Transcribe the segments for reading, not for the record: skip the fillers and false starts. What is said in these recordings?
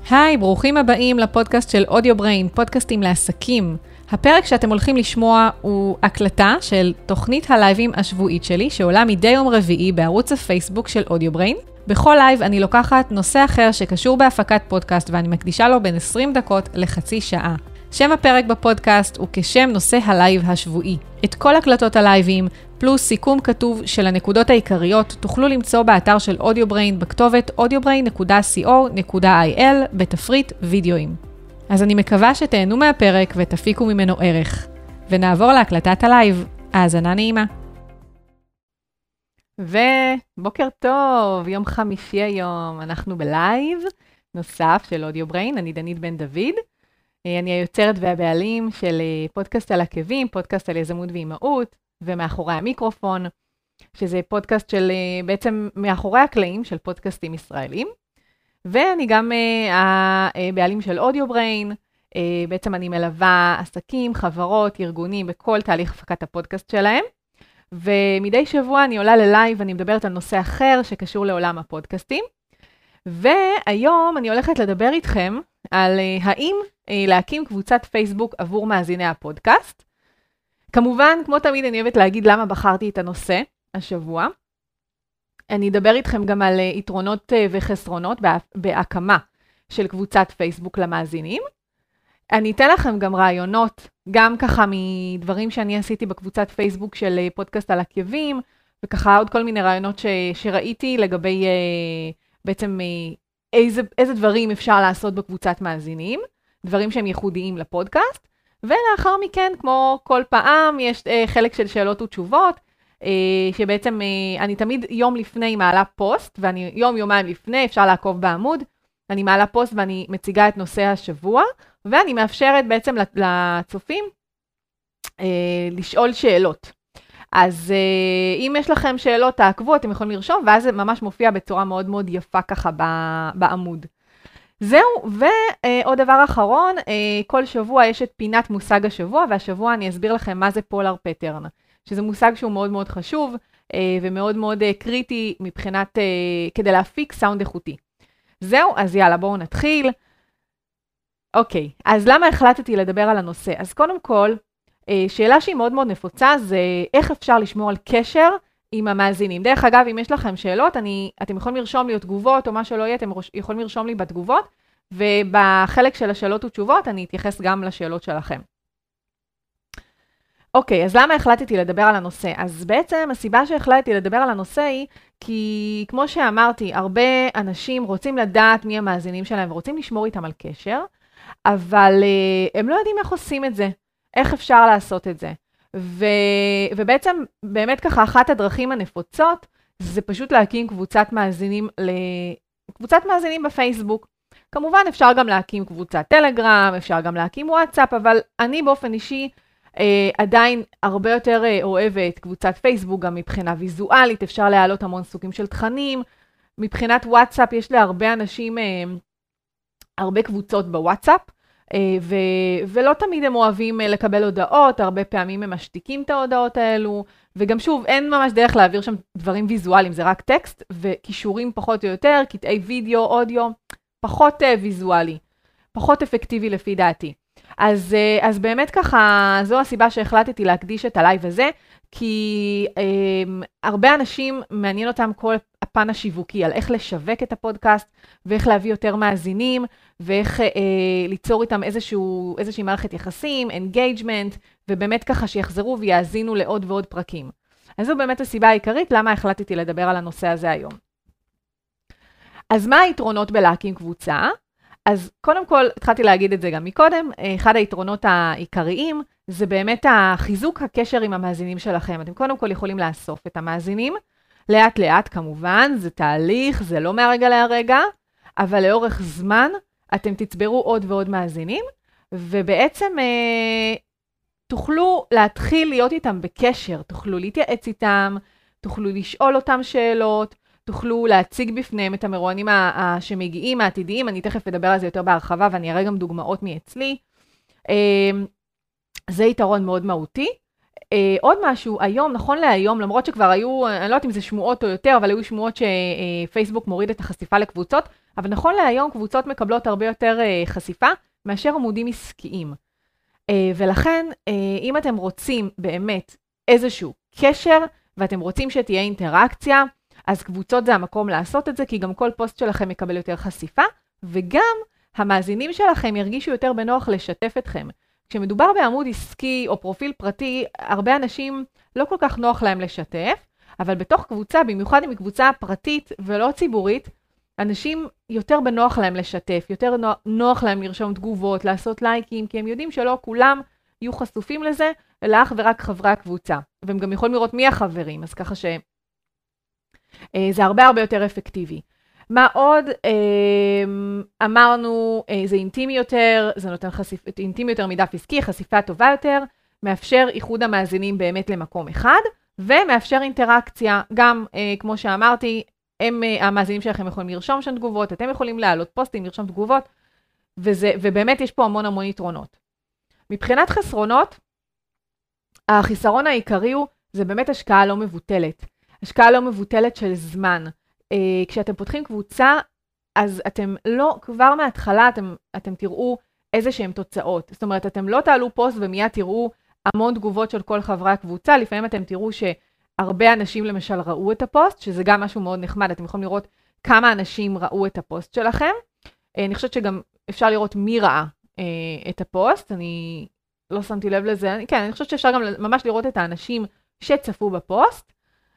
היי, ברוכים הבאים לפודקאסט של אודיובריין, פודקאסטים לעסקים. הפרק שאתם הולכים לשמוע הוא הקלטה של תוכנית הלייבים השבועית שלי, שעולה מדי יום רביעי בערוץ הפייסבוק של אודיובריין. בכל לייב אני לוקחת נושא אחר שקשור בהפקת פודקאסט, ואני מקדישה לו בין 20 דקות לחצי שעה. שם הפרק בפודקאסט הוא כשם נושא הלייב השבועי. את כל הקלטות הלייבים, פלוס סיכום כתוב של הנקודות העיקריות, תוכלו למצוא באתר של אודיובריין בכתובת audiobrain.co.il בתפריט וידאוים. אז אני מקווה שתהנו מהפרק ותפיקו ממנו ערך. ונעבור להקלטת הלייב. האזנה נעימה. ובוקר טוב, יום חמישי היום, אנחנו בלייב נוסף של אודיובריין, אני דנית בן דוד. אני היוצרת והבעלים של פודקאסט על עקבים, פודקאסט על יזמות ואימהות, ומאחורי המיקרופון, שזה פודקאסט של בעצם מאחורי הקלעים של פודקאסטים ישראלים. ואני גם הבעלים של אודיובריין, בעצם אני מלווה עסקים, חברות, ארגונים בכל תהליך הפקת הפודקאסט שלהם. ומדי שבוע אני עולה ללייב ואני מדברת על נושא אחר שקשור לעולם הפודקאסטים. והיום אני הולכת לדבר איתכם על האם להקים קבוצת פייסבוק עבור מאזיני הפודקאסט. כמובן, כמו תמיד אני אוהבת להגיד למה בחרתי את הנושא השבוע. אני אדבר איתכם גם על יתרונות וחסרונות בהקמה של קבוצת פייסבוק למאזינים. אני אתן לכם גם רעיונות, גם ככה מדברים שאני עשיתי בקבוצת פייסבוק של פודקאסט על עקבים, וככה עוד כל מיני רעיונות שראיתי לגבי בעצם איזה דברים אפשר לעשות בקבוצת מאזינים, דברים שהם ייחודיים לפודקאסט, ולאחר מכן, כמו כל פעם, יש חלק של שאלות ותשובות, שבעצם אני תמיד יום לפני מעלה פוסט, ואני יומיים לפני, אפשר לעקוב בעמוד, אני מעלה פוסט ואני מציגה את נושא השבוע, ואני מאפשרת בעצם לצופים לשאול שאלות. אז אם יש לכם שאלות, תעקבו, אתם יכולים לרשום, ואז זה ממש מופיע בצורה מאוד מאוד יפה ככה בעמוד. זהו, ועוד דבר אחרון, כל שבוע יש את פינת מושג השבוע, והשבוע אני אסביר לכם מה זה פולר פטרן, שזה מושג שהוא מאוד מאוד חשוב, ומאוד מאוד קריטי מבחינת, כדי להפיק סאונד איכותי. זהו, אז יאללה, בואו נתחיל. אוקיי, אז למה החלטתי לדבר על הנושא? אז קודם כל, שאלה שהיא מאוד מאוד נפוצה, זה איך אפשר לשמור על קשר עם המאזינים. דרך אגב, אם יש לכם שאלות, אתם יכולים לרשום לי תגובות או מה שלא יהיה, אתם יכולים לרשום לי בתגובות, ובחלק של השאלות ותשובות אני אתייחס גם לשאלות שלכם. אוקיי, אז למה החלטתי לדבר על הנושא? אז בעצם הסיבה שהחלטתי לדבר על הנושא היא, כי כמו שאמרתי, הרבה אנשים רוצים לדעת מי המאזינים שלהם, ורוצים לשמור איתם על קשר, אבל הם לא יודעים איך עושים את זה, איך אפשר לעשות את זה. ובעצם באמת ככה אחת הדרכים הנפוצות זה פשוט להקים קבוצת מאזינים בפייסבוק. כמובן אפשר גם להקים קבוצת טלגרם, אפשר גם להקים וואטסאפ, אבל אני באופן אישי עדיין הרבה יותר אוהבת קבוצת פייסבוק, גם מבחינה ויזואלית, אפשר להעלות המון סוגים של תכנים. מבחינת וואטסאפ יש להרבה אנשים הרבה קבוצות בוואטסאפ, ולא תמיד הם אוהבים לקבל הודעות, הרבה פעמים הם משתיקים את ההודעות האלו, וגם שוב, אין ממש דרך להעביר שם דברים ויזואליים, זה רק טקסט, וקישורים פחות או יותר, קטעי וידאו, אודיו, פחות ויזואלי, פחות אפקטיבי לפי דעתי. אז באמת ככה, זו הסיבה שהחלטתי להקדיש את הלייב הזה, כי הרבה אנשים מעניין אותם כל הפן השיווקי, על איך לשווק את הפודקאסט, ואיך להביא יותר מאזינים, ואיך ליצור איתם איזושהי מערכת יחסים, engagement, ובאמת ככה שיחזרו ויאזינו לעוד ועוד פרקים. אז זו באמת הסיבה העיקרית, למה החלטתי לדבר על הנושא הזה היום. אז מה היתרונות בלהקים קבוצה? אז קודם כל, התחלתי להגיד את זה גם מקודם, אחד היתרונות העיקריים, זה באמת החיזוק הקשר עם המאזינים שלכם. אתם קודם כל יכולים לאסוף את המאזינים, לאט לאט כמובן, זה תהליך, זה לא מהרגע להרגע, אבל לאורך זמן אתם תצברו עוד ועוד מאזינים, ובעצם תוכלו להתחיל להיות איתם בקשר, תוכלו להתייעץ איתם, תוכלו לשאול אותם שאלות, תוכלו להציג בפניהם את המרואיינים שמגיעים, העתידיים, אני תכף אדבר על זה יותר בהרחבה, ואני אראה גם דוגמאות מאצלי. זה יתרון מאוד מהותי. עוד משהו, היום, נכון להיום, למרות שכבר היו, אני לא יודעת אם זה שמועות או יותר, אבל היו שמועות שפייסבוק מוריד את החשיפה לקבוצות, אבל נכון להיום קבוצות מקבלות הרבה יותר חשיפה מאשר עמודים עסקיים. ולכן, אם אתם רוצים באמת איזשהו קשר, ואתם רוצים שתהיה אינטראקציה, אז קבוצות זה המקום לעשות את זה, כי גם כל פוסט שלכם יקבל יותר חשיפה, וגם המאזינים שלכם ירגישו יותר בנוח לשתף אתכם. כשמדובר בעמוד עסקי או פרופיל פרטי, הרבה אנשים לא כל כך נוח להם לשתף, אבל בתוך קבוצה, במיוחד אם היא קבוצה פרטית ולא ציבורית, אנשים יותר בנוח להם לשתף, יותר נוח להם לרשום תגובות, לעשות לייקים, כי הם יודעים שלא כולם יהיו חשופים לזה, אלא אך ורק חברי הקבוצה. והם גם יכולים לראות מי החברים, אז ככה שזה הרבה הרבה יותר אפקטיבי. מה עוד? אמרנו, זה אינטימי יותר, זה נותן אינטימי יותר מדף עסקי, חשיפה טובה יותר, מאפשר איחוד המאזינים באמת למקום אחד, ומאפשר אינטראקציה, גם כמו שאמרתי, המאזינים שלכם יכולים לרשום שם תגובות, אתם יכולים להעלות פוסטים, לרשום תגובות, ובאמת יש פה המון המון יתרונות. מבחינת חסרונות, החיסרון העיקרי הוא, זה באמת השקעה לא מבוטלת. השקעה לא מבוטלת של זמן. כשאתם פותחים קבוצה, אז אתם לא, כבר מההתחלה אתם תראו איזה שהם תוצאות. זאת אומרת, אתם לא תעלו פוסט ומיד תראו המון תגובות של כל חברי הקבוצה, לפעמים אתם תראו שהרבה אנשים למשל ראו את הפוסט, שזה גם משהו מאוד נחמד, אתם יכולים לראות כמה אנשים ראו את הפוסט שלכם. אני חושבת שגם אפשר לראות מי ראה את הפוסט, אני לא שמתי לב לזה, אני חושבת שאפשר גם ממש לראות את האנשים שצפו בפוסט,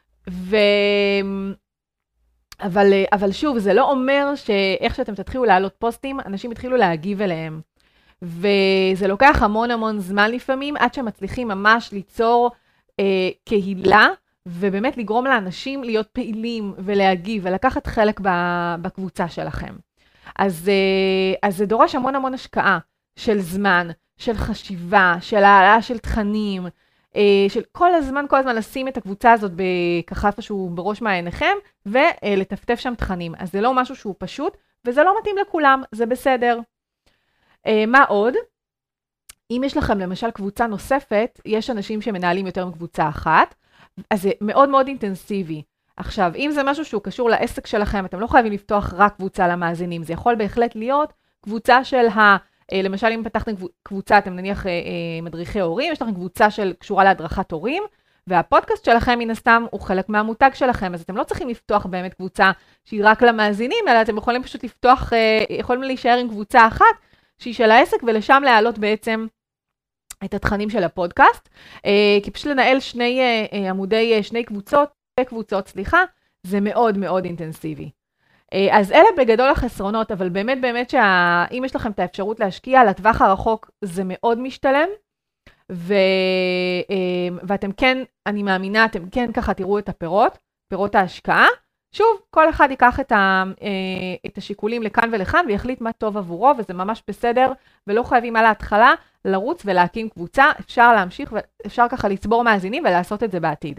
אבל שוב, זה לא אומר שאיך שאתם תתחילו להעלות פוסטים, אנשים יתחילו להגיב אליהם. וזה לוקח המון המון זמן לפעמים, עד שמצליחים ממש ליצור קהילה, ובאמת לגרום לאנשים להיות פעילים ולהגיב, ולקחת חלק בקבוצה שלכם. אז זה דורש המון המון השקעה של זמן, של חשיבה, של העלה של תכנים, של כל הזמן לשים את הקבוצה הזאת ככה איפשהו בראש מעייניכם, ולטפטף שם תכנים. אז זה לא משהו שהוא פשוט, וזה לא מתאים לכולם, זה בסדר. מה עוד? אם יש לכם למשל קבוצה נוספת, יש אנשים שמנהלים יותר מקבוצה אחת, אז זה מאוד מאוד אינטנסיבי. עכשיו, אם זה משהו שהוא קשור לעסק שלכם, אתם לא חייבים לפתוח רק קבוצה למאזינים, זה יכול בהחלט להיות קבוצה של למשל, אם פתחתם קבוצה, אתם נניח מדריכי הורים, יש לכם קבוצה קשורה להדרכת הורים, והפודקאסט שלכם מן הסתם הוא חלק מהמותג שלכם, אז אתם לא צריכים לפתוח באמת קבוצה שהיא רק למאזינים, אלא אתם יכולים פשוט לפתוח, יכולים להישאר עם קבוצה אחת, שהיא של העסק, ולשם להעלות בעצם את התכנים של הפודקאסט, כי פשוט לנהל שני קבוצות, זה מאוד מאוד אינטנסיבי. אז אלה בגדול החסרונות, אבל באמת שאם יש לכם את האפשרות להשקיע, לטווח הרחוק זה מאוד משתלם, ואתם כן, אני מאמינה, אתם כן ככה תראו את פירות ההשקעה. שוב, כל אחד ייקח את השיקולים לכאן ולכאן, ויחליט מה טוב עבורו, וזה ממש בסדר, ולא חייבים על ההתחלה לרוץ ולהקים קבוצה, אפשר להמשיך, ואפשר ככה לצבור מאזינים ולעשות את זה בעתיד.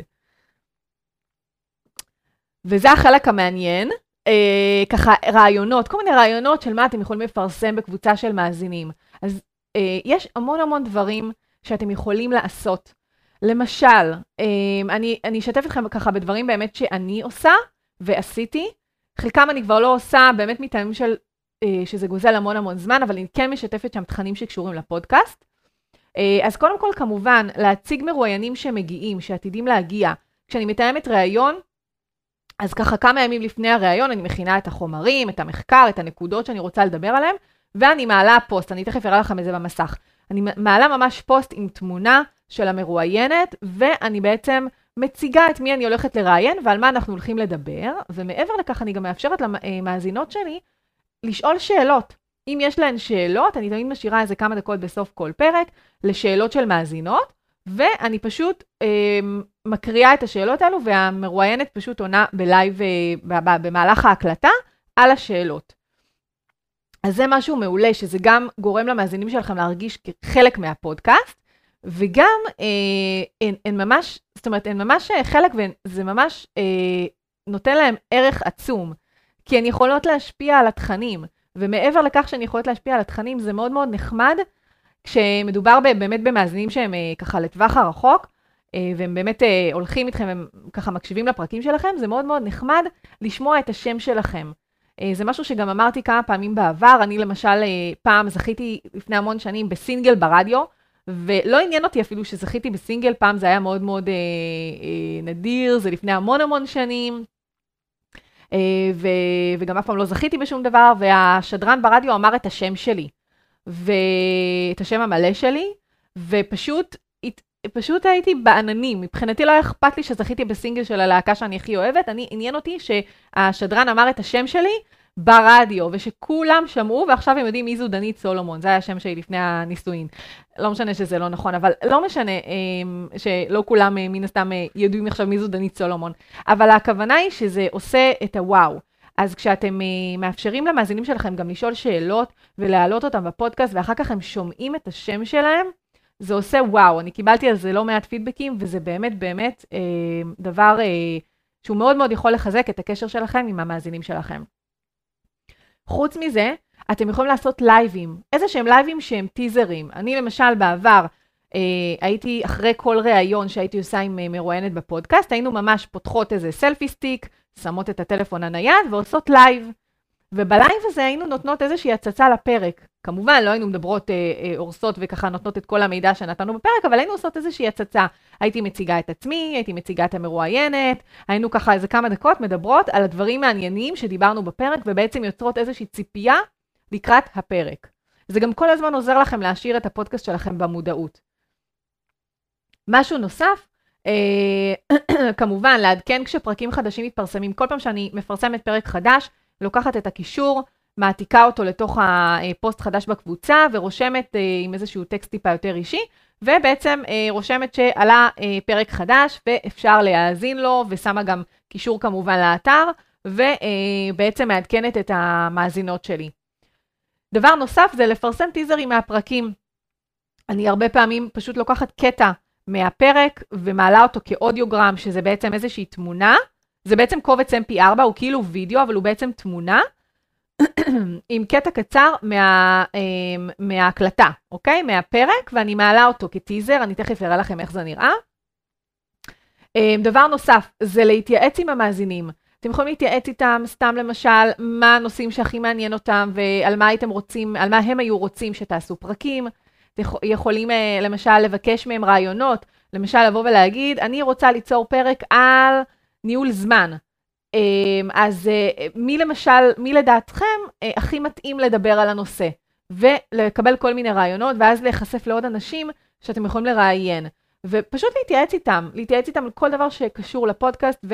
וזה החלק המעניין. ככה רעיונות, כל מיני רעיונות של מה אתם יכולים לפרסם בקבוצה של מאזינים. אז יש המון המון דברים שאתם יכולים לעשות. למשל, אני אשתף אתכם ככה בדברים באמת שאני עושה ועשיתי. חלקם אני כבר לא עושה באמת מטעמים שזה גוזל המון המון זמן, אבל אני כן משתפת שם תכנים שקשורים לפודקאסט. אז קודם כל כמובן להציג מרואיינים שמגיעים, שעתידים להגיע. כשאני מתאמת ראיון, אז ככה כמה ימים לפני הראיון אני מכינה את החומרים, את המחקר, את הנקודות שאני רוצה לדבר עליהם, ואני מעלה פוסט, אני תכף אראה לכם את זה במסך. אני מעלה ממש פוסט עם תמונה של המרואיינת, ואני בעצם מציגה את מי אני הולכת לראיין ועל מה אנחנו הולכים לדבר, ומעבר לכך אני גם מאפשרת למאזינות שלי לשאול שאלות. אם יש להן שאלות, אני תמיד משאירה איזה כמה דקות בסוף כל פרק לשאלות של מאזינות, ואני פשוט מקריאה את השאלות האלו, והמרואיינת פשוט עונה בלייב במהלך ההקלטה על השאלות. אז זה משהו מעולה, שזה גם גורם למאזינים שלכם להרגיש חלק מהפודקאסט, וגם הן ממש, זאת אומרת, הן ממש חלק, וזה ממש נותן להם ערך עצום, כי הן יכולות להשפיע על התכנים, ומעבר לכך שהן יכולות להשפיע על התכנים, זה מאוד מאוד נחמד, כשמדובר באמת במאזינים שהם ככה לטווח הרחוק, והם באמת הולכים איתכם, הם ככה מקשיבים לפרקים שלכם, זה מאוד מאוד נחמד לשמוע את השם שלכם. זה משהו שגם אמרתי כמה פעמים בעבר, אני למשל פעם זכיתי לפני המון שנים בסינגל ברדיו, ולא עניין אותי אפילו שזכיתי בסינגל, פעם זה היה מאוד מאוד נדיר, זה לפני המון המון שנים, וגם אף פעם לא זכיתי בשום דבר, והשדרן ברדיו אמר את השם שלי, ואת השם המלא שלי, ופשוט הייתי בעננים, מבחינתי לא היה אכפת לי שזכיתי בסינגל של הלהקה שאני הכי אוהבת, עניין אותי שהשדרן אמר את השם שלי ברדיו, ושכולם שמעו, ועכשיו הם יודעים מי זו דנית סולומון, זה היה השם שלי לפני הנישואין. לא משנה שזה לא נכון, אבל לא משנה שלא כולם מן הסתם יודעים עכשיו מי זו דנית סולומון, אבל הכוונה היא שזה עושה את הוואו. אז כשאתם מאפשרים למאזינים שלכם גם לשאול שאלות ולהעלות אותם בפודקאסט, ואחר כך הם שומעים את השם שלהם, זה עושה וואו. אני קיבלתי על זה לא מעט פידבקים, וזה באמת באמת דבר שהוא מאוד מאוד יכול לחזק את הקשר שלכם עם המאזינים שלכם. חוץ מזה, אתם יכולים לעשות לייבים, איזה שהם לייבים שהם טיזרים. אני למשל בעבר הייתי אחרי כל ראיון שהייתי עושה עם מרואיינת בפודקאסט, היינו ממש פותחות איזה סלפי סטיק, שמות את הטלפון הנייד ועושות לייב. ובלייב הזה היינו נותנות איזושהי הצצה לפרק. כמובן, לא היינו מדברות אורסות וככה נותנות את כל המידע שנתנו בפרק, אבל היינו עושות איזושהי הצצה. הייתי מציגה את עצמי, הייתי מציגה את המרואיינת, היינו ככה איזה כמה דקות מדברות על הדברים מעניינים שדיברנו בפרק, ובעצם יוצרות איזושהי ציפייה לקראת הפרק. זה גם כל הזמן עוזר לכם להשאיר את הפודקאסט שלכם במודעות. משהו נוסף, כמובן, לעדכן כשפרקים חדשים מתפרסמים. כל פעם שאני מפרסמת פרק חדש, לוקחת את הקישור, מעתיקה אותו לתוך הפוסט חדש בקבוצה, ורושמת עם איזשהו טקסט טיפה יותר אישי, ובעצם רושמת שעלה פרק חדש, ואפשר להאזין לו, ושמה גם קישור כמובן לאתר, ובעצם מעדכנת את המאזינות שלי. דבר נוסף זה לפרסם טיזרים מהפרקים. אני הרבה פעמים פשוט לוקחת קטע מהפרק, ומעלה אותו כאודיוגרם, שזה בעצם איזושהי תמונה, זה בעצם קובץ mp4, הוא כאילו וידאו, אבל הוא בעצם תמונה, עם קטע קצר מההקלטה, אוקיי? מהפרק, ואני מעלה אותו כטיזר, אני תכף אראה לכם איך זה נראה. דבר נוסף, זה להתייעץ עם המאזינים. אתם יכולים להתייעץ איתם, סתם למשל, מה הנושאים שהכי מעניין אותם, ועל מה הייתם רוצים, על מה הם היו רוצים שתעשו פרקים. אתם יכולים למשל לבקש מהם רעיונות, למשל לבוא ולהגיד, אני רוצה ליצור פרק על ניהול זמן. אז מי לדעתכם הכי מתאים לדבר על הנושא, ולקבל כל מיני רעיונות, ואז להיחשף לעוד אנשים שאתם יכולים לראיין, ופשוט להתייעץ איתם על כל דבר שקשור לפודקאסט,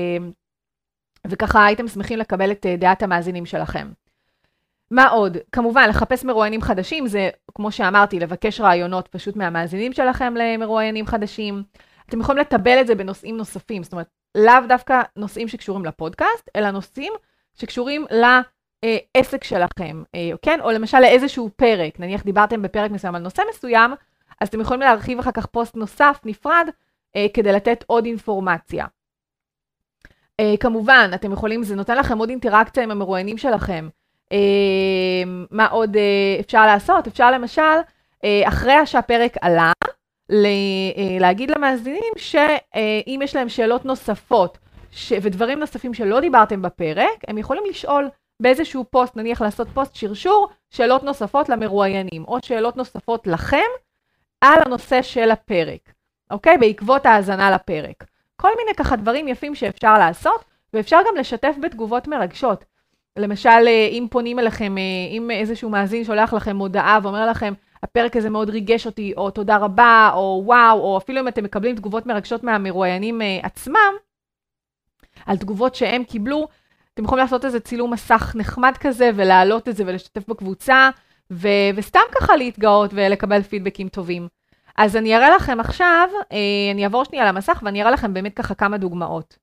וככה הייתם שמחים לקבל את דעת המאזינים שלכם. מה עוד? כמובן, לחפש מרואיינים חדשים, זה כמו שאמרתי, לבקש רעיונות פשוט מהמאזינים שלכם למרואיינים חדשים. אתם יכולים לטבל את זה בנושאים נוספים, זאת אומרת, לאו דווקא נושאים שקשורים לפודקאסט, אלא נושאים שקשורים לעסק שלכם, כן? או למשל לאיזשהו פרק, נניח דיברתם בפרק מסוים על נושא מסוים, אז אתם יכולים להרחיב אחר כך פוסט נוסף, נפרד, כדי לתת עוד אינפורמציה. כמובן, אתם יכולים, זה נותן לכם עוד אינטראקציה עם המרואיינים שלכם. מה עוד אפשר לעשות? אפשר למשל, אחרי שהפרק עלה, להגיד למאזינים שאם יש להם שאלות נוספות ודברים נוספים שלא דיברתם בפרק, הם יכולים לשאול באיזשהו פוסט, נניח לעשות פוסט שרשור, שאלות נוספות למרואיינים, או שאלות נוספות לכם על הנושא של הפרק, אוקיי? בעקבות ההאזנה לפרק. כל מיני ככה דברים יפים שאפשר לעשות, ואפשר גם לשתף בתגובות מרגשות. למשל, אם פונים אליכם, אם איזשהו מאזין שולח לכם הודעה ואומר לכם, הפרק הזה מאוד ריגש אותי, או תודה רבה, או וואו, או אפילו אם אתם מקבלים תגובות מרגשות מהמרואיינים עצמם, על תגובות שהם קיבלו, אתם יכולים לעשות איזה צילום מסך נחמד כזה, ולהעלות את זה ולשתף בקבוצה, וסתם ככה להתגאות ולקבל פידבקים טובים. אז אני אראה לכם עכשיו, אני אעבור שנייה למסך, ואני אראה לכם באמת ככה כמה דוגמאות.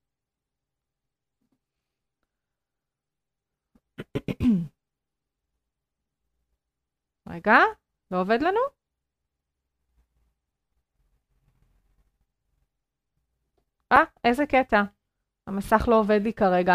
רגע, לא עובד לנו? איזה קטע. המסך לא עובד לי כרגע.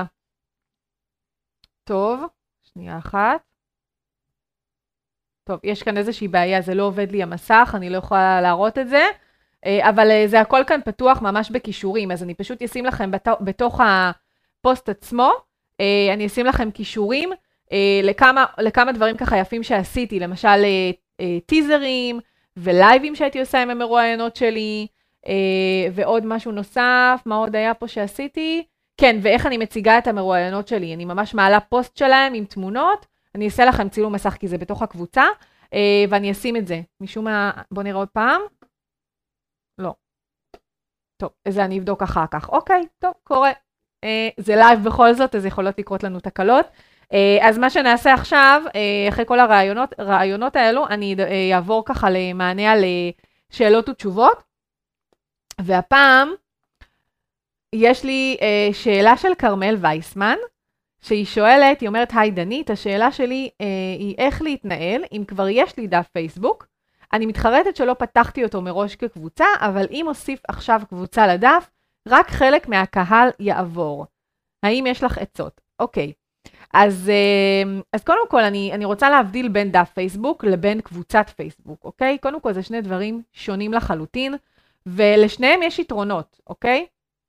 טוב, שנייה אחת. טוב, יש כאן איזושהי בעיה, זה לא עובד לי המסך, אני לא יכולה להראות את זה. אבל זה הכל כאן פתוח ממש בכישורים, אז אני פשוט אשים לכם בתוך הפוסט עצמו, אני אשים לכם כישורים לכמה דברים ככה יפים שעשיתי, למשל טיזרים ולייבים שהייתי עושה עם המרואיינות שלי, ועוד משהו נוסף, מה עוד היה פה שעשיתי? כן, ואיך אני מציגה את המרואיינות שלי, אני ממש מעלה פוסט שלהם עם תמונות, אני אעשה לכם צילום מסך כי זה בתוך הקבוצה, ואני אשים את זה. משום מה, בואו נראה עוד פעם. לא. טוב, זה אני אבדוק אחר כך. אוקיי, טוב, קורה. זה לייב בכל זאת, אז יכולות לקרות לנו תקלות. אז מה שנעשה עכשיו, אחרי כל הרעיונות האלו, אני אעבור ככה למענה על שאלות ותשובות. והפעם, יש לי שאלה של קרמל וייסמן, שהיא שואלת, היא אומרת, היי דנית, השאלה שלי היא איך להתנהל, אם כבר יש לי דף פייסבוק, אני מתחרטת שלא פתחתי אותו מראש כקבוצה, אבל אם אוסיף עכשיו קבוצה לדף, רק חלק מהקהל יעבור. האם יש לך עצות? אוקיי. אז קודם כל, אני רוצה להבדיל בין דף פייסבוק לבין קבוצת פייסבוק, אוקיי? קודם כל, זה שני דברים שונים לחלוטין, ולשניהם יש יתרונות, אוקיי?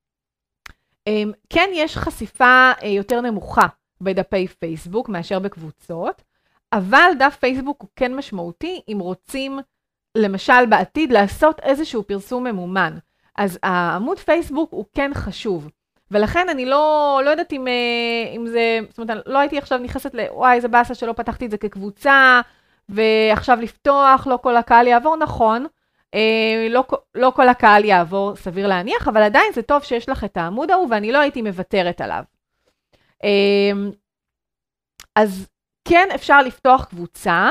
כן, יש חשיפה יותר נמוכה בדפי פייסבוק מאשר בקבוצות, אבל דף פייסבוק הוא כן משמעותי אם רוצים, למשל בעתיד, לעשות איזשהו פרסום ממומן. אז העמוד פייסבוק הוא כן חשוב, ולכן אני לא יודעת אם זה, זאת אומרת, לא הייתי עכשיו נכנסת וואי, איזה באסה שלא פתחתי את זה כקבוצה, ועכשיו לפתוח, לא כל הקהל יעבור, נכון, לא כל הקהל יעבור, סביר להניח, אבל עדיין זה טוב שיש לך את העמוד ההוא, ואני לא הייתי מוותרת עליו. אז כן אפשר לפתוח קבוצה,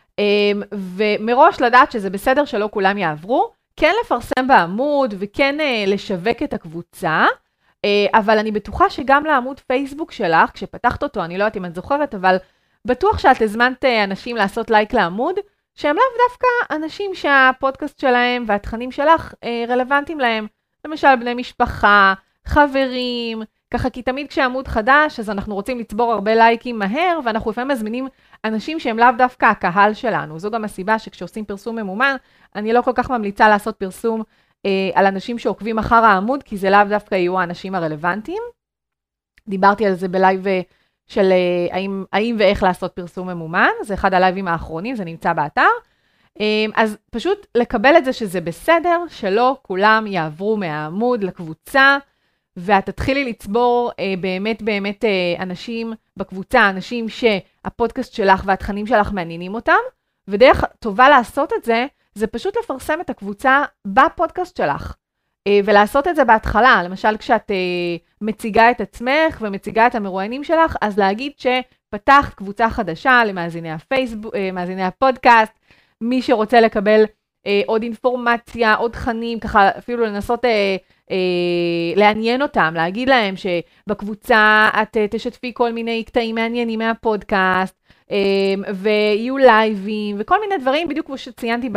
ומראש לדעת שזה בסדר שלא כולם יעברו, כן לפרסם בעמוד, וכן לשווק את הקבוצה, אבל אני בטוחה שגם לעמוד פייסבוק שלך, כשפתחת אותו, אני לא יודעת אם את זוכרת, אבל בטוח שאת הזמנת אנשים לעשות לייק לעמוד, שהם לאו דווקא אנשים שהפודקאסט שלהם והתכנים שלך רלוונטיים להם. למשל בני משפחה, חברים, ככה כי תמיד כשעמוד חדש, אז אנחנו רוצים לצבור הרבה לייקים מהר, ואנחנו לפעמים מזמינים אנשים שהם לאו דווקא הקהל שלנו. זו גם הסיבה שכשעושים פרסום ממומן, אני לא כל כך ממליצה לעשות פרסום על אנשים שעוקבים אחר העמוד, כי זה לאו דווקא יהיו האנשים הרלוונטיים. דיברתי על זה בלייב של האם ואיך לעשות פרסום ממומן, זה אחד הלייבים האחרונים, זה נמצא באתר. אז פשוט לקבל את זה שזה בסדר, שלא כולם יעברו מהעמוד לקבוצה, ואת תתחילי לצבור באמת אנשים בקבוצה, אנשים שהפודקאסט שלך והתכנים שלך מעניינים אותם, ודרך טובה לעשות את זה, זה פשוט לפרסם את הקבוצה בפודקאסט שלך, ולעשות את זה בהתחלה, למשל כשאת מציגה את עצמך ומציגה את המרואיינים שלך, אז להגיד שפתחת קבוצה חדשה למאזיני הפייסבוק, מאזיני הפודקאסט, מי שרוצה לקבל עוד אינפורמציה, עוד תכנים, ככה אפילו לנסות לעניין אותם, להגיד להם שבקבוצה את תשתפי כל מיני קטעים מעניינים מהפודקאסט, ויהיו לייבים, וכל מיני דברים, בדיוק כמו שציינתי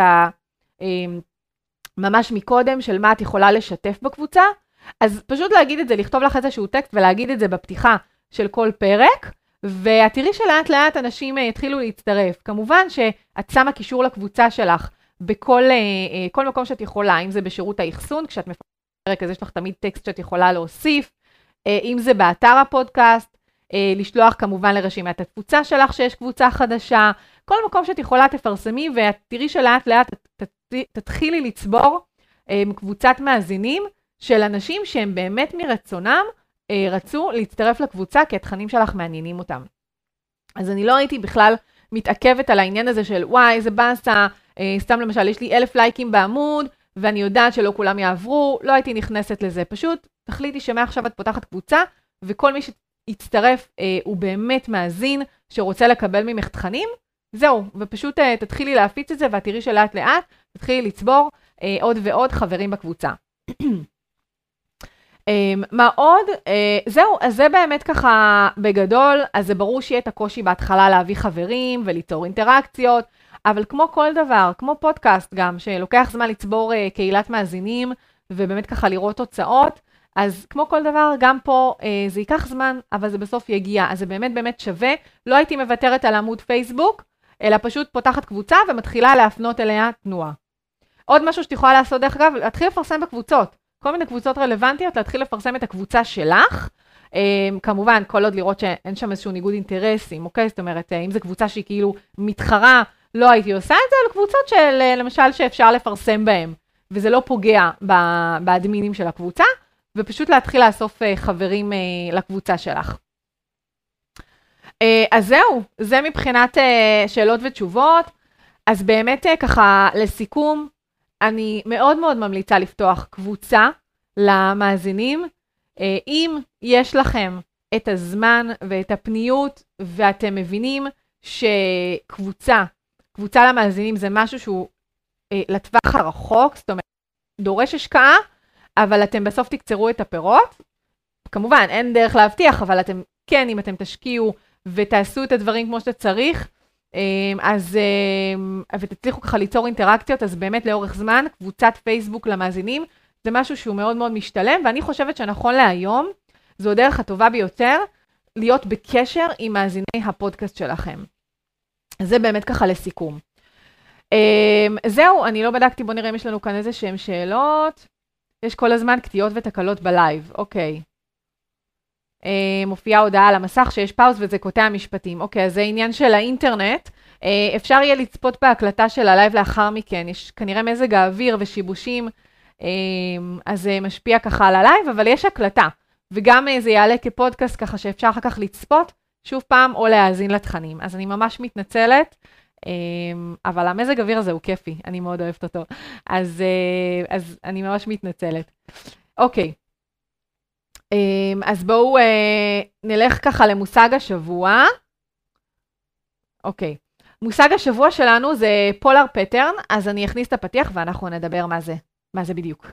ממש מקודם, של מה את יכולה לשתף בקבוצה, אז פשוט להגיד את זה, לכתוב לך איזשהו טקסט, ולהגיד את זה בפתיחה של כל פרק, ואת תראי שלאט לאט אנשים יתחילו להצטרף. כמובן שאת שמה קישור לקבוצה שלך, בכל כל מקום שאת יכולה, אם זה בשירות האחסון, כשאת מפרסמת פרק, אז יש לך תמיד טקסט שאת יכולה להוסיף, אם זה באתר הפודקאסט, לשלוח כמובן לרשימת התפוצה שלך שיש קבוצה חדשה, כל מקום שאת יכולה תפרסמי, ואת תראי שלאט לאט תתחילי לצבור קבוצת מאזינים של אנשים שהם באמת מרצונם רצו להצטרף לקבוצה, כי התכנים שלך מעניינים אותם. אז אני לא הייתי בכלל מתעכבת על העניין הזה של וואי, איזה באסה, סתם למשל, יש לי 1,000 לייקים בעמוד, ואני יודעת שלא כולם יעברו, לא הייתי נכנסת לזה. פשוט תחליטי שמעכשיו את פותחת קבוצה, וכל מי שיצטרף הוא באמת מאזין, שרוצה לקבל ממך תכנים, זהו, ופשוט תתחילי להפיץ את זה, ואת תראי שלאט לאט, תתחילי לצבור עוד ועוד חברים בקבוצה. מה עוד? זהו, אז זה באמת ככה בגדול, אז זה ברור שיהיה את הקושי בהתחלה להביא חברים וליצור אינטראקציות, אבל כמו כל דבר, כמו פודקאסט גם, שלוקח זמן לצבור קהילת מאזינים, ובאמת ככה לראות תוצאות, אז כמו כל דבר, גם פה זה ייקח זמן, אבל זה בסוף יגיע, אז זה באמת שווה. לא הייתי מוותרת על עמוד פייסבוק, אלא פשוט פותחת קבוצה ומתחילה להפנות אליה תנועה. עוד משהו שאת יכולה לעשות, דרך אגב, להתחיל לפרסם בקבוצות. כל מיני קבוצות רלוונטיות, להתחיל לפרסם את הקבוצה שלך. כמובן, כל עוד לראות שאין שם איזשהו ניגוד אינטרסים, אוקיי? זאת אומרת, אם זו קבוצה שהיא כאילו מתחרה, לא הייתי עושה את זה, אבל קבוצות של, למשל, שאפשר לפרסם בהן, וזה לא פוגע באדמינים של הקבוצה, ופשוט להתחיל לאסוף חברים לקבוצה שלך. אז זהו, זה מבחינת שאלות ותשובות. אז באמת ככה, לסיכום, אני מאוד מאוד ממליצה לפתוח קבוצה למאזינים. אם יש לכם את הזמן ואת הפניות, ואתם מבינים שקבוצה למאזינים זה משהו שהוא לטווח הרחוק, זאת אומרת, דורש השקעה, אבל אתם בסוף תקצרו את הפירות. כמובן, אין דרך להבטיח, אבל אתם, כן, אם אתם תשקיעו ותעשו את הדברים כמו שצריך, ותצליחו ככה ליצור אינטראקציות, אז באמת לאורך זמן, קבוצת פייסבוק למאזינים, זה משהו שהוא מאוד מאוד משתלם, ואני חושבת שנכון להיום, זו הדרך הטובה ביותר, להיות בקשר עם מאזיני הפודקאסט שלכם. זה באמת ככה לסיכום. זהו, אני לא בדקתי, בוא נראה אם יש לנו כאן איזה שהן שאלות. יש כל הזמן קטיעות ותקלות בלייב, אוקיי. מופיעה הודעה על המסך שיש פאוז וזה קוטע המשפטים. אוקיי, אז זה עניין של האינטרנט. אפשר יהיה לצפות בהקלטה של הלייב לאחר מכן. יש כנראה מזג האוויר ושיבושים, אז זה משפיע ככה על הלייב, אבל יש הקלטה. וגם זה יעלה כפודקאסט ככה שאפשר אחר כך לצפות, שוב פעם, או להאזין לתכנים. אז אני ממש מתנצלת, אבל המזג האוויר הזה הוא כיפי, אני מאוד אוהבת אותו. אז אני ממש מתנצלת. אוקיי. אז בואו נלך ככה למושג השבוע. אוקיי. מושג השבוע שלנו זה פולר פטרן, אז אני אכניס את הפתיח ואנחנו נדבר מה זה בדיוק.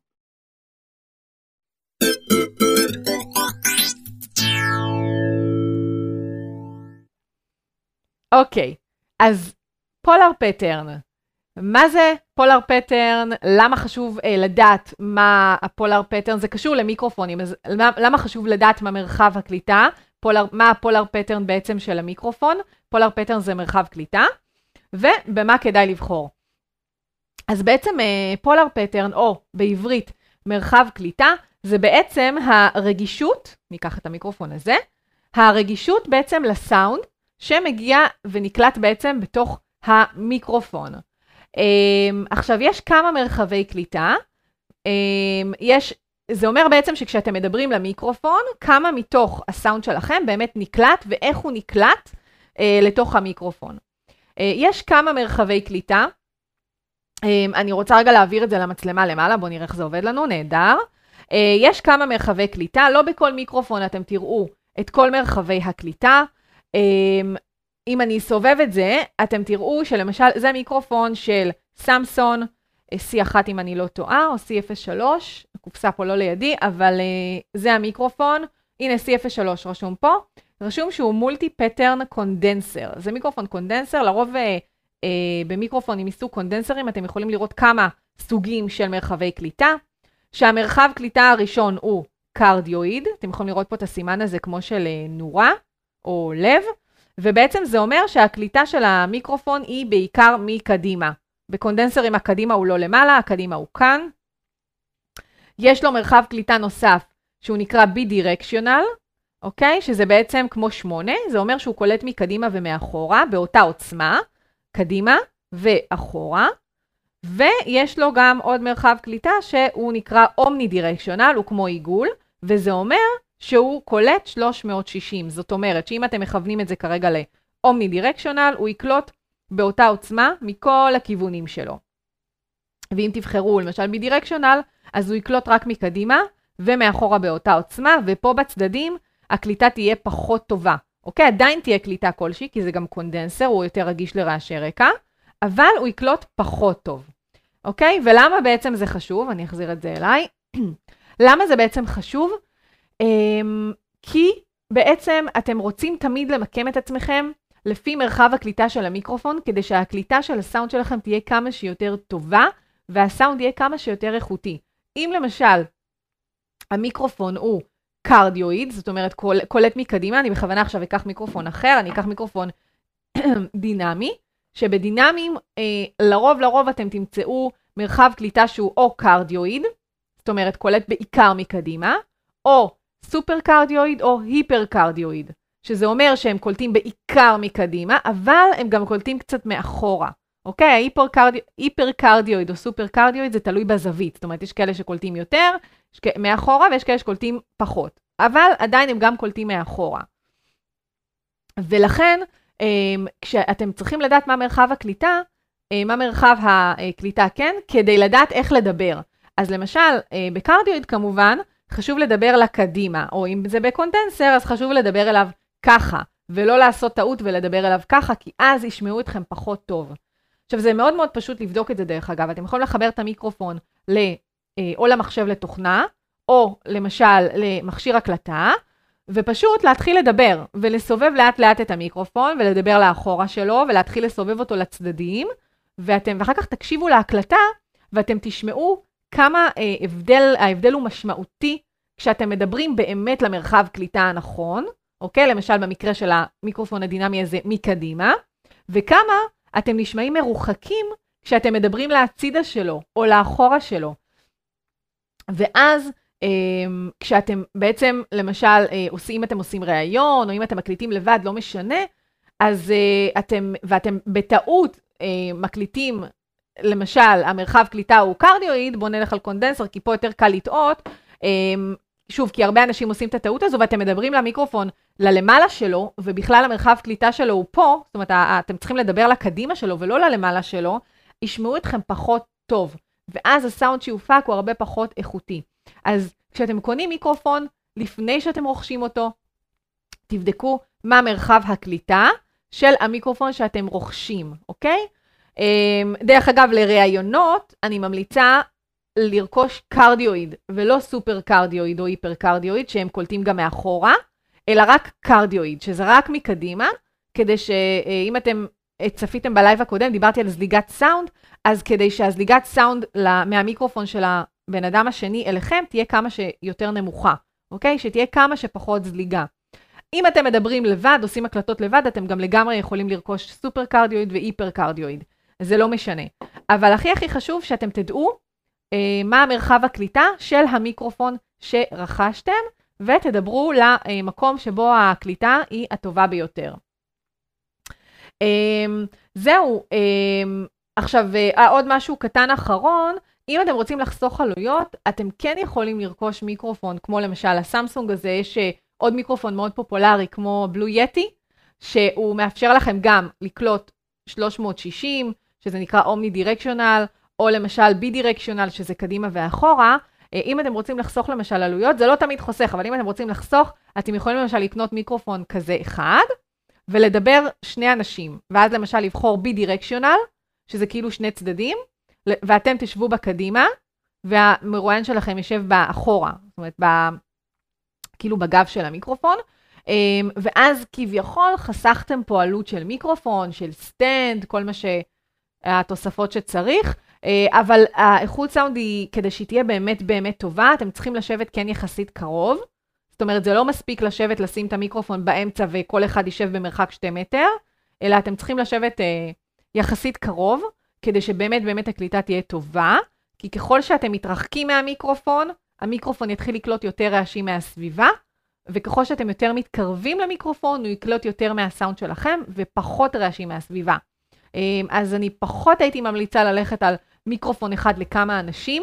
אוקיי, אז פולר פטרן. מה זה פולר פטרן? למה חשוב לדעת מה הפולר פטרן? זה קשור למיקרופונים, אז למה חשוב לדעת מה מרחב הקליטה? מה הפולר פטרן בעצם של המיקרופון? פולר פטרן זה מרחב קליטה, ובמה כדאי לבחור. אז בעצם פולר פטרן, או בעברית מרחב קליטה, זה בעצם הרגישות, ניקח את המיקרופון הזה, הרגישות בעצם לסאונד, שמגיע ונקלט בעצם בתוך המיקרופון. עכשיו, יש כמה מרחבי קליטה. זה אומר בעצם שכשאתם מדברים למיקרופון, כמה מתוך הסאונד שלכם באמת נקלט, ואיך הוא נקלט לתוך המיקרופון. יש כמה מרחבי קליטה. אני רוצה רגע להעביר את זה למצלמה למעלה, בואו נראה איך זה עובד לנו, נהדר. יש כמה מרחבי קליטה, לא בכל מיקרופון אתם תראו את כל מרחבי הקליטה. אם אני אסובב את זה, אתם תראו שלמשל זה מיקרופון של סמסון, C1 אם אני לא טועה, או C03, הקופסה פה לא לידי, אבל זה המיקרופון. הנה C03 רשום פה, רשום שהוא מולטי פטרן קונדנסר. זה מיקרופון קונדנסר, לרוב במיקרופונים מסוג קונדנסרים אתם יכולים לראות כמה סוגים של מרחבי קליטה, שהמרחב קליטה הראשון הוא קרדיואיד, אתם יכולים לראות פה את הסימן הזה כמו של נורה או לב, ובעצם זה אומר שהקליטה של המיקרופון היא בעיקר מקדימה. בקונדנסרים הקדימה הוא לא למעלה, הקדימה הוא כאן. יש לו מרחב קליטה נוסף שהוא נקרא בידירקשיונל, אוקיי? שזה בעצם כמו 8, זה אומר שהוא קולט מקדימה ומאחורה באותה עוצמה, קדימה ואחורה. ויש לו גם עוד מרחב קליטה שהוא נקרא אומנידירקשיונל, הוא כמו עיגול, וזה אומר שהוא קולט 360. זאת אומרת שאם אתם מכוונים את זה כרגע לאומנידירקשיונל, הוא יקלוט באותה עוצמה מכל הכיוונים שלו. ואם תבחרו למשל בידירקשיונל, אז הוא יקלוט רק מקדימה ומאחורה באותה עוצמה, ופה בצדדים הקליטה תהיה פחות טובה. אוקיי? עדיין תהיה קליטה כלשהי, כי זה גם קונדנסר, הוא יותר רגיש לרעשי רקע, אבל הוא יקלוט פחות טוב. אוקיי? ולמה בעצם זה חשוב? אני אחזיר את זה אליי. למה זה בעצם חשוב? כי בעצם אתם רוצים תמיד למקם את עצמכם לפי מרחב הקליטה של המיקרופון, כדי שהקליטה של הסאונד שלכם תהיה כמה שיותר טובה, והסאונד יהיה כמה שיותר איכותי. אם למשל המיקרופון הוא קרדיואיד, זאת אומרת קולט מקדימה, אני בכוונה עכשיו אקח מיקרופון אחר, אני אקח מיקרופון דינמי, שבדינמיים לרוב אתם תמצאו מרחב קליטה שהוא או קרדיואיד, זאת אומרת קולט בעיקר מקדימה, או סופר קרדיואיד או היפר קרדיואיד, שזה אומר שהם קולטים בעיקר מקדימה, אבל הם גם קולטים קצת מאחורה. אוקיי? היפר קרדיואיד או סופר קרדיואיד זה תלוי בזווית, זאת אומרת יש כאלה שקולטים יותר מאחורה ויש כאלה שקולטים פחות, אבל עדיין הם גם קולטים מאחורה. ולכן כשאתם צריכים לדעת מה מרחב הקליטה, מה מרחב הקליטה, כן? כדי לדעת איך לדבר. אז למשל, בקרדיואיד כמובן, חשוב לדבר לקדימה, או אם זה בקונדנסר, אז חשוב לדבר אליו ככה, ולא לעשות טעות ולדבר אליו ככה, כי אז ישמעו אתכם פחות טוב. עכשיו, זה מאוד מאוד פשוט לבדוק את זה דרך אגב. אתם יכולים לחבר את המיקרופון או למחשב לתוכנה, או למשל למכשיר הקלטה, ופשוט להתחיל לדבר, ולסובב לאט לאט את המיקרופון, ולדבר לאחורה שלו, ולהתחיל לסובב אותו לצדדים, ואחר כך תקשיבו להקלטה, ואתם תשמעו כמה ההבדל הוא משמעותי, כשאתם מדברים באמת למרחב קליטה הנכון, אוקיי? למשל במקרה של המיקרופון הדינמי הזה מקדימה, וכמה אתם נשמעים מרוחקים, כשאתם מדברים להצידה שלו, או לאחורה שלו. ואז, כשאתם בעצם, למשל, אם אתם עושים ראיון, או אם אתם מקליטים לבד, לא משנה, אז ואתם בטעות מקליטים, למשל, המרחב קליטה הוא קרדיואיד, בוא נלך על קונדנסר, כי פה יותר קל לטעות, שוב, כי הרבה אנשים עושים את הטעות הזו, ואתם מדברים למיקרופון ללמעלה שלו, ובכלל המרחב קליטה שלו הוא פה, זאת אומרת, אתם צריכים לדבר לקדימה שלו, ולא ללמעלה שלו, ישמעו אתכם פחות טוב, ואז הסאונד שיופק הוא הרבה פחות איכותי. אז כשאתם קונים מיקרופון, לפני שאתם רוכשים אותו, תבדקו מה מרחב הקליטה של המיקרופון שאתם רוכשים, אוקיי? דרך אגב, לראיונות, אני ממליצה לרכוש קרדיואיד, ולא סופר קרדיואיד או היפר קרדיואיד, שהם קולטים גם מאחורה, אלא רק קרדיואיד, שזה רק מקדימה, כדי שאם אתם צפיתם בלייב הקודם, דיברתי על זליגת סאונד, אז כדי שהזליגת סאונד מהמיקרופון של הבן אדם השני אליכם, תהיה כמה שיותר נמוכה, אוקיי? שתהיה כמה שפחות זליגה. אם אתם מדברים לבד, עושים הקלטות לבד, אתם גם לגמרי יכולים לרכוש סופר קרדיואיד והיפר קרדיואיד. זה לא משנה. אבל הכי חשוב שאתם תדעו מה מרחב הקליטה של המיקרופון שרכשתם, ותדברו למקום שבו הקליטה היא הטובה ביותר. זהו. עכשיו, עוד משהו קטן אחרון, אם אתם רוצים לחסוך עלויות, אתם כן יכולים לרכוש מיקרופון, כמו למשל הסמסונג הזה, יש עוד מיקרופון מאוד פופולרי, כמו בלו יטי, שהוא מאפשר לכם גם לקלוט 360, שזה נקרא אומני דירקשיונל, או למשל בי דירקשיונל, שזה קדימה ואחורה. אם אתם רוצים לחסוך למשל עלויות, זה לא תמיד חוסך, אבל אם אתם רוצים לחסוך, אתם יכולים למשל לקנות מיקרופון כזה אחד, ולדבר שני אנשים, ואז למשל לבחור בי דירקשיונל, שזה כאילו שני צדדים, ואתם תשבו בקדימה, והמרואיין שלכם יושב באחורה, זאת אומרת, כאילו בגב של המיקרופון, ואז כביכול חסכתם פה עלות של מיקרופון, של סטנד, כל מה שהתוספות שצריך, אבל האיכות סאונד היא, כדי שהיא תהיה באמת באמת טובה, אתם צריכים לשבת כן יחסית קרוב, זאת אומרת, זה לא מספיק לשבת, לשים את המיקרופון באמצע, וכל אחד יישב במרחק 2 מטר, אלא אתם צריכים לשבת יחסית קרוב, כדי שבאמת באמת הקליטה תהיה טובה, כי ככל שאתם מתרחקים מהמיקרופון, המיקרופון יתחיל לקלוט יותר רעשים מהסביבה, וככל שאתם יותר מתקרבים למיקרופון, הוא יקלוט יותר מהסאונד שלכם, ופחות רעשים מהסביבה. אז אני פחות הייתי ממליצה ללכת על מיקרופון אחד לכמה אנשים,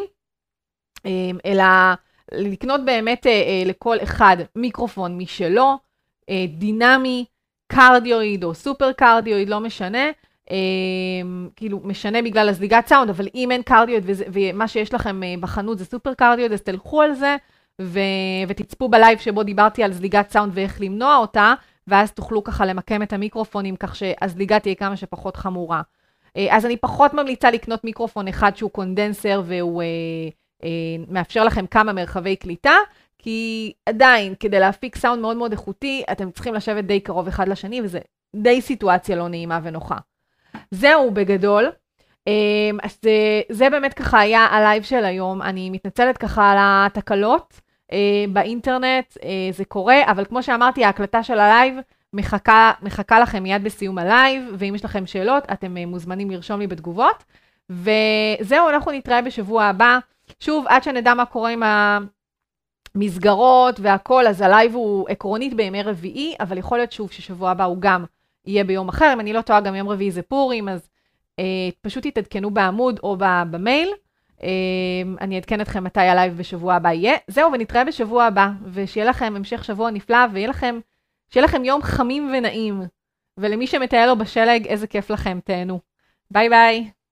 אלא לקנות באמת לכל אחד מיקרופון משלו, דינמי, קרדיואיד או סופר קרדיואיד, לא משנה, כאילו משנה בגלל הזליגת סאונד, אבל אם אין קרדיואיד ומה שיש לכם בחנות זה סופר קרדיואיד, אז תלכו על זה ותצפו בלייב שבו דיברתי על זליגת סאונד ואיך למנוע אותה, ואז תוכלו ככה למקם את המיקרופונים כך שהזליגה תהיה כמה שפחות חמורה. אז אני פחות ממליצה לקנות מיקרופון אחד שהוא קונדנסר והוא מאפשר לכם כמה מרחבי קליטה, כי עדיין כדי להפיק סאונד מאוד מאוד איכותי, אתם צריכים לשבת די קרוב אחד לשני, וזה די סיטואציה לא נעימה ונוחה. זהו בגדול. אז זה באמת ככה היה הלייב של היום. אני מתנצלת ככה על התקלות באינטרנט, זה קורה, אבל כמו שאמרתי, ההקלטה של הלייב מחכה לכם מיד בסיום הלייב, ואם יש לכם שאלות, אתם מוזמנים לרשום לי בתגובות, וזהו, אנחנו נתראה בשבוע הבא. שוב, עד שנדע מה קורה עם המסגרות והכל, אז הלייב הוא עקרונית בימי רביעי, אבל יכול להיות שוב ששבוע הבא הוא גם יהיה ביום אחר. אם אני לא טועה, גם יום רביעי זה פורים, אז פשוט תתעדכנו בעמוד או במייל. אני אעדכן אתכם מתי הלייב בשבוע הבא יהיה. זהו, ונתראה בשבוע הבא, ושיהיה לכם המשך שבוע נפלא, שיהיה לכם יום חמים ונעים. ולמי שמטייל לו בשלג, איזה כיף לכם, תהנו. ביי ביי.